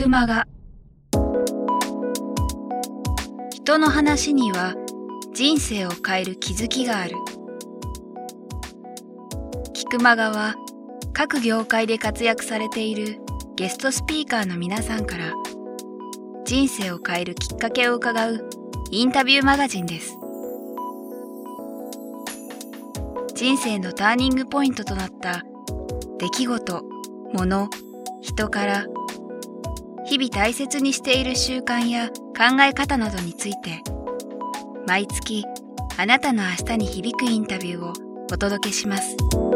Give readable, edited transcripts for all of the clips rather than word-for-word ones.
マガ。人の話には人生を変える気づきがある。キクマガは各業界で活躍されているゲストスピーカーの皆さんから人生を変えるきっかけを伺うインタビューマガジンです。人生のターニングポイントとなった出来事、物、人から日々大切にしている習慣や考え方などについて毎月あなたの明日に響くインタビューをお届けします。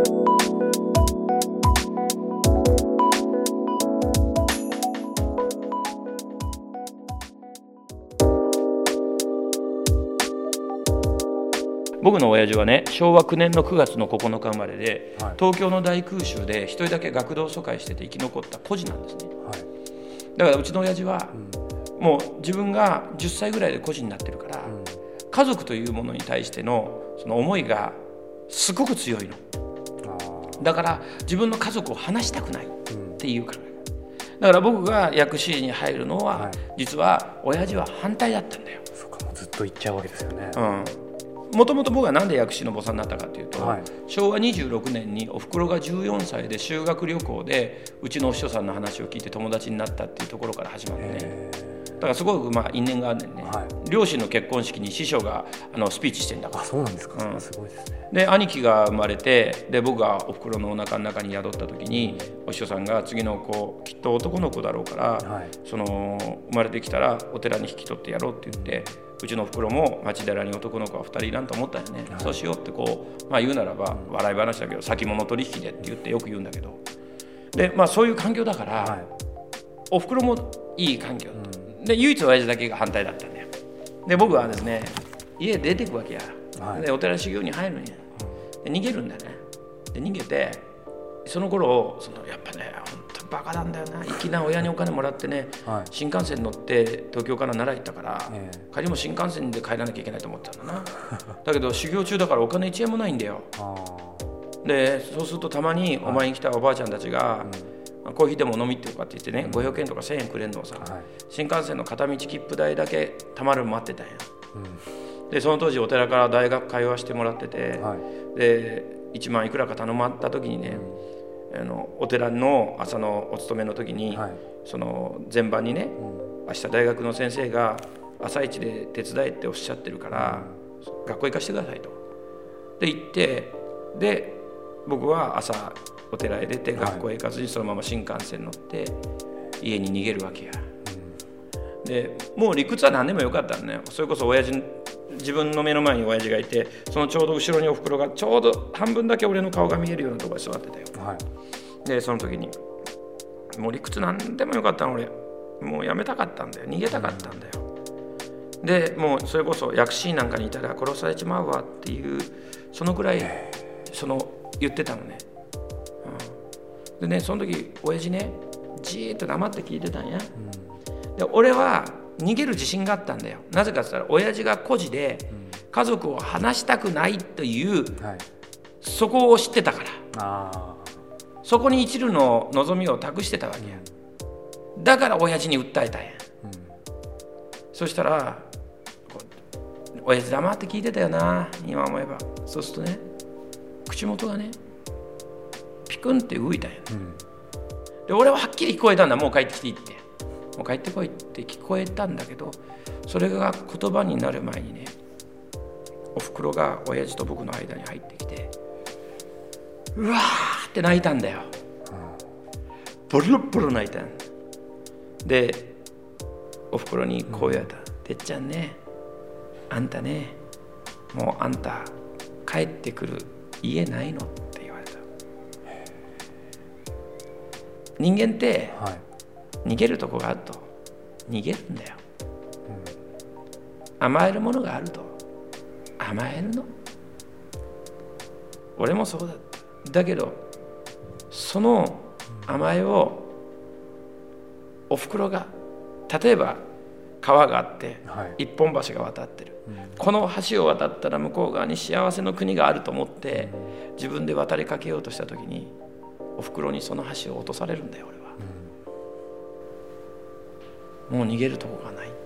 僕の親父はね、昭和9年の9月の9日生まれで、 はい、 東京の大空襲で一人だけ学童疎開してて生き残った孤児なんですね、 はい、 だからうちの親父は、もう自分が10歳ぐらいで孤児になってるから、家族というものに対してのその思いがすごく強いの。だから自分の家族を離したくないっていうから、だから僕が薬師に入るのは、はい、実は親父は反対だったんだよ。 そうか、もうずっと言っちゃうわけですよね。 もともと僕はなんで薬師の坊さんになったかというと、 はい、 昭和26年におふくろが14歳で修学旅行でうちのお師匠さんの話を聞いて友達になったっていうところから始まってね。だからすごく因縁があるねんね、はい、両親の結婚式に師匠がスピーチしてんだから。 あ、そうなんですか、すごいですね。 で兄貴が生まれて、で僕がおふくろのお腹の中に宿った時にお師匠さんが次の子きっと男の子だろうから、 はい、 生まれてきたらお寺に引き取ってやろうって言って、うちのおふくろも町寺に男の子は2人いらんと思ったよね、はい、そうしようって言うならば笑い話だけど先物取引でって言ってよく言うんだけど、でそういう環境だから、はい、おふくろもいい環境だった、で唯一親父だけが反対だったんだよ。で僕はですね、家出ていくわけや、はい、でお寺修行に入るんや、で逃げるんだよね。で逃げて、その頃やっぱね、本当バカなんだよな。粋な親にお金もらってね、はい、新幹線乗って東京から奈良行ったから、帰りも新幹線で帰らなきゃいけないと思ったんだなだけど修行中だからお金1円もないんだよでそうするとたまにお前に来たおばあちゃんたちが、コーヒーでも飲みってとかって言ってね、500円とか1000円くれんのをさ、新幹線の片道切符代だけたまるの待ってたんや、でその当時お寺から大学通わせてもらってて、で1万いくらか頼まった時にね、お寺の朝のお勤めの時に、その前番にね、明日大学の先生が朝一で手伝えっておっしゃってるから、学校行かせてくださいと。で行って、で僕は朝お寺へ出て学校へ行かずにそのまま新幹線乗って家に逃げるわけや、でもう理屈は何でもよかったんだよ。それこそ自分の目の前に親父がいて、そのちょうど後ろにおふくろがちょうど半分だけ俺の顔が見えるようなところに座ってたよ、でその時にもう理屈何でもよかったの。俺もうやめたかったんだよ、逃げたかったんだよ、でもうそれこそ薬師なんかにいたら殺されちまうわっていう、そのぐらい言ってたのね、でね、その時親父ね、じーっと黙って聞いてたんや、で俺は逃げる自信があったんだよ。なぜかって言ったら親父が孤児で家族を離したくないという、そこを知ってたから、そこに一縷の望みを託してたわけや。だから親父に訴えたんや、そしたら親父黙って聞いてたよな、今思えば。そうするとね、口元がねピクンって動いたんや、で俺ははっきり聞こえたんだ。もう帰ってきていいって、もう帰ってこいって聞こえたんだけど、それが言葉になる前にね、おふくろが親父と僕の間に入ってきて、うわーって泣いたんだよ、ボロボロ泣いたんで、おふくろにこう言われた、てっちゃんね、あんたね、もうあんた帰ってくる家ないのって言われた。人間って、逃げるとこがあると逃げるんだよ、甘えるものがあると甘えるの。俺もそうだった。だけどその甘えをおふくろが、例えば川があって一本橋が渡ってる、この橋を渡ったら向こう側に幸せの国があると思って自分で渡りかけようとした時に、おふくろにその橋を落とされるんだよ俺は、 もう逃げるとこがないって、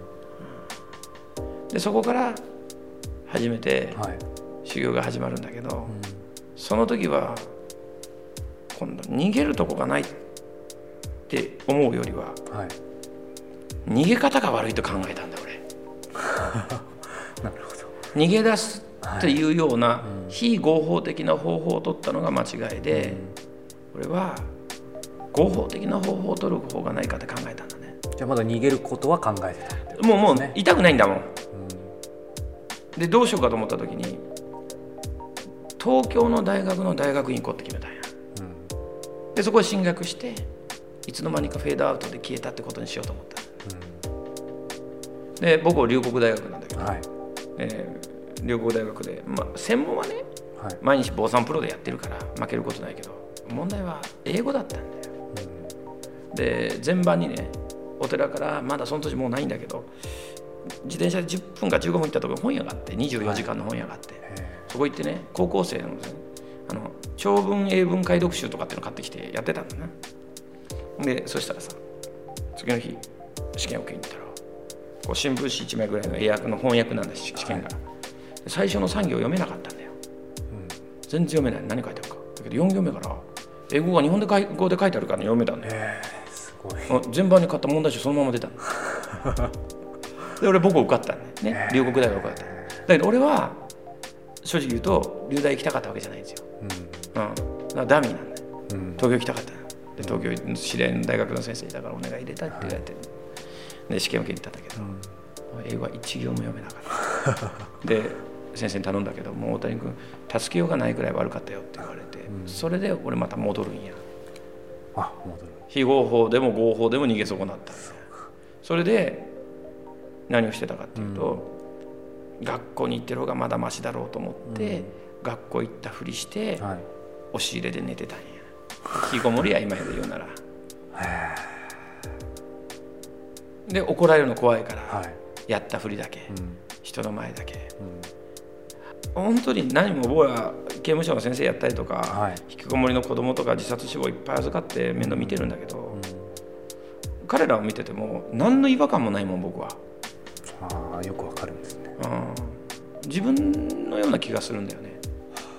でそこから初めて修行が始まるんだけど、その時は今度逃げるとこがないって思うよりは、逃げ方が悪いと考えたんだ俺なるほど。 逃げ出すっていうような非合法的な方法を取ったのが間違いで、俺は合法的な方法を取る方がないかって考えたんだね。 じゃあまだ逃げることは考えてたってことですね。 もう痛くないんだもん、でどうしようかと思った時に東京の大学の大学院行こうって決めたんや、でそこへ進学していつの間にかフェードアウトで消えたってことにしようと思った、で僕は龍谷大学なんだけど、龍谷大学で、専門はね、毎日坊さんプロでやってるから負けることないけど、問題は英語だったんだよ、で前番にねお寺からまだその年もうないんだけど自転車で10分か15分行ったところに本屋があって24時間の本屋があって、そこ行ってね高校生のですね長文英文解読集とかっていうの買ってきてやってたんだね。でそしたらさ次の日試験を受けに行ったらこう新聞紙1枚ぐらいの英訳の翻訳なんだ試験が、最初の3行読めなかったんだよ、全然読めない、何書いてあるかだけど4行目から英語が日本語で書いてあるから、ね、読めたんだよ、 すごい。 全版に買った問題集そのまま出たので俺僕受かったんだよね、龍谷大学受かった。だけど俺は正直言うと龍大行きたかったわけじゃないんですよ、だからダミーなんだよ、東京行きたかったで東京知り合いの大学の先生だからお願い入れたって言われて、で試験受けに行ったんだけど、英語は1行も読めなかったで先生に頼んだけど、もう大谷君助けようがないくらい悪かったよって言われて、それで俺また戻るんや。 戻る。 非合法でも合法でも逃げ損なったんだよ。それで何をしてたかっていうと、学校に行ってる方がまだマシだろうと思って、学校行ったふりして、押し入れで寝てたんや。引きこもりや今で言うなら。で怒られるの怖いから、やったふりだけ、人の前だけ、本当に何も僕は刑務所の先生やったりとか、引きこもりの子供とか自殺死亡いっぱい預かって面倒見てるんだけど、彼らを見てても何の違和感もないもん僕は。 よくわかるんですね、 自分のような気がするんだよね。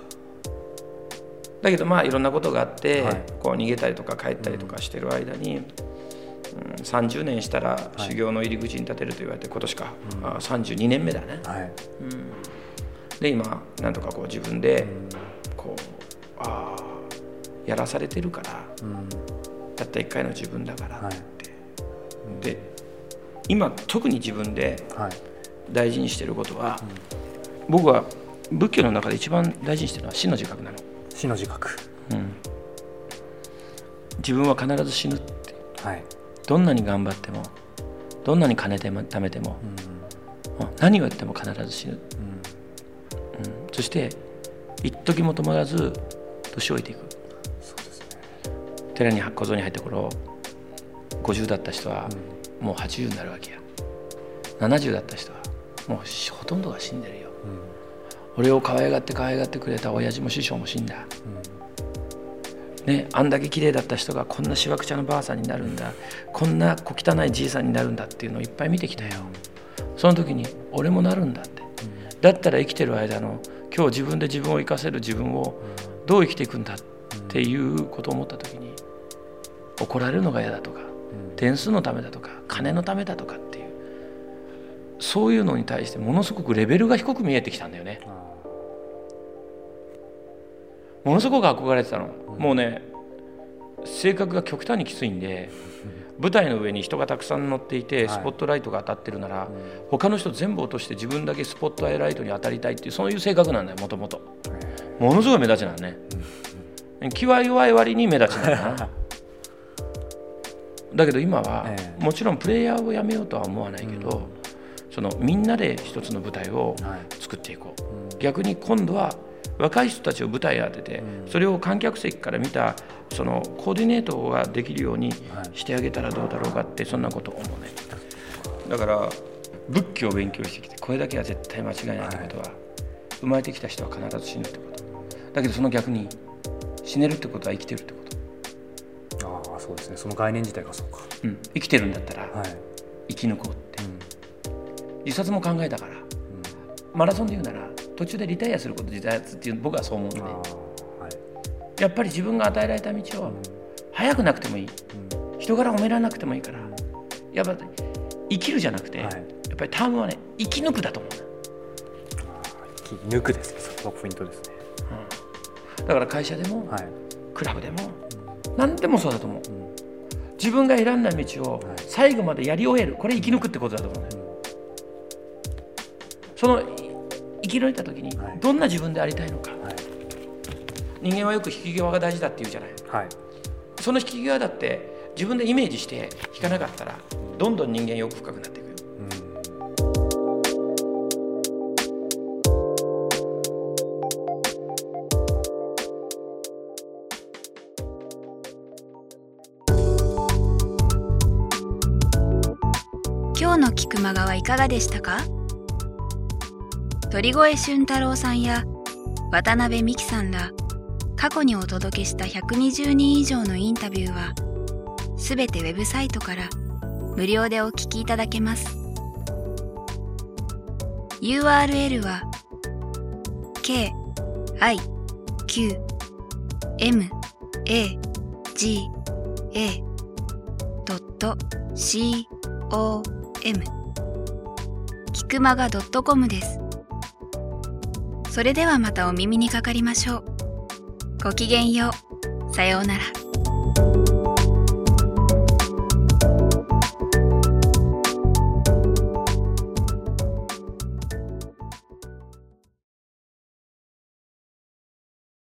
だけどいろんなことがあって、こう逃げたりとか帰ったりとかしてる間に、30年したら修行の入り口に立てると言われて、今年か、32年目だね、で今なんとかこう自分でこうやらされてるから、たった1回の自分だからって、で今特に自分で大事にしてることは、僕は仏教の中で一番大事にしてるのは死の自覚なの。 死の自覚、 自分は必ず死ぬって、どんなに頑張ってもどんなに金貯めても、何をやっても必ず死ぬ、そして一時も止まらず年老いていく。 そうですね。 寺に小僧に入った頃50だった人はもう80になるわけや。70だった人はもうほとんどが死んでるよ、俺を可愛がってくれた親父も師匠も死んだ、あんだけ綺麗だった人がこんなしわくちゃのばあさんになるんだ、こんな小汚いじいさんになるんだっていうのをいっぱい見てきたよ。その時に俺もなるんだって、だったら生きてる間の今日自分で自分を生かせる自分をどう生きていくんだっていうことを思った時に、怒られるのが嫌だとか、点数のためだとか金のためだとかっていう、そういうのに対してものすごくレベルが低く見えてきたんだよね。ものすごく憧れてたの、もうね性格が極端にきついんで、舞台の上に人がたくさん乗っていてスポットライトが当たってるなら、他の人全部落として自分だけスポットライトに当たりたいっていう、そういう性格なんだよ。もともとものすごい目立ちなんね、気は弱い割に目立ちなんだなだけど今は、もちろんプレイヤーをやめようとは思わないけど、そのみんなで一つの舞台を作っていこう、逆に今度は若い人たちを舞台に当てて、それを観客席から見たそのコーディネートができるようにしてあげたらどうだろうかって、そんなことを思うね。だから仏教を勉強してきてこれだけは絶対間違いないってことは、生まれてきた人は必ず死ぬってことだけど、その逆に死ねるってことは生きてるってこと。 そそうですね。その概念自体がそうか。 生きてるんだったらはい。 生き抜こうって、自殺も考えたから、マラソンで言うなら途中でリタイアすること自殺っていう僕はそう思うんで、 はい。 やっぱり自分が与えられた道を速くなくてもいい、人から褒められなくてもいいから、やっぱ生きるじゃなくて、やっぱりタームはね、生き抜くだと思う。 生き抜くですね。そこがポイントですね。 だから会社でも、 はい。 クラブでも、何でもそうだと思う。自分が選んだ道を最後までやり終える、これ生き抜くってことだと思うね。その生き抜いた時にどんな自分でありたいのか、人間はよく引き際が大事だって言うじゃない。 はい。 その引き際だって自分でイメージして引かなかったら、どんどん人間欲深くなっていくよ。 今日の菊間川はいかがでしたか？鳥越俊太郎さんや渡辺美樹さんら過去にお届けした120人以上のインタビューはすべてウェブサイトから無料でお聞きいただけます。URL は kikumag.com 菊間が .com です。それではまたお耳にかかりましょう。ごきげんよう。さようなら。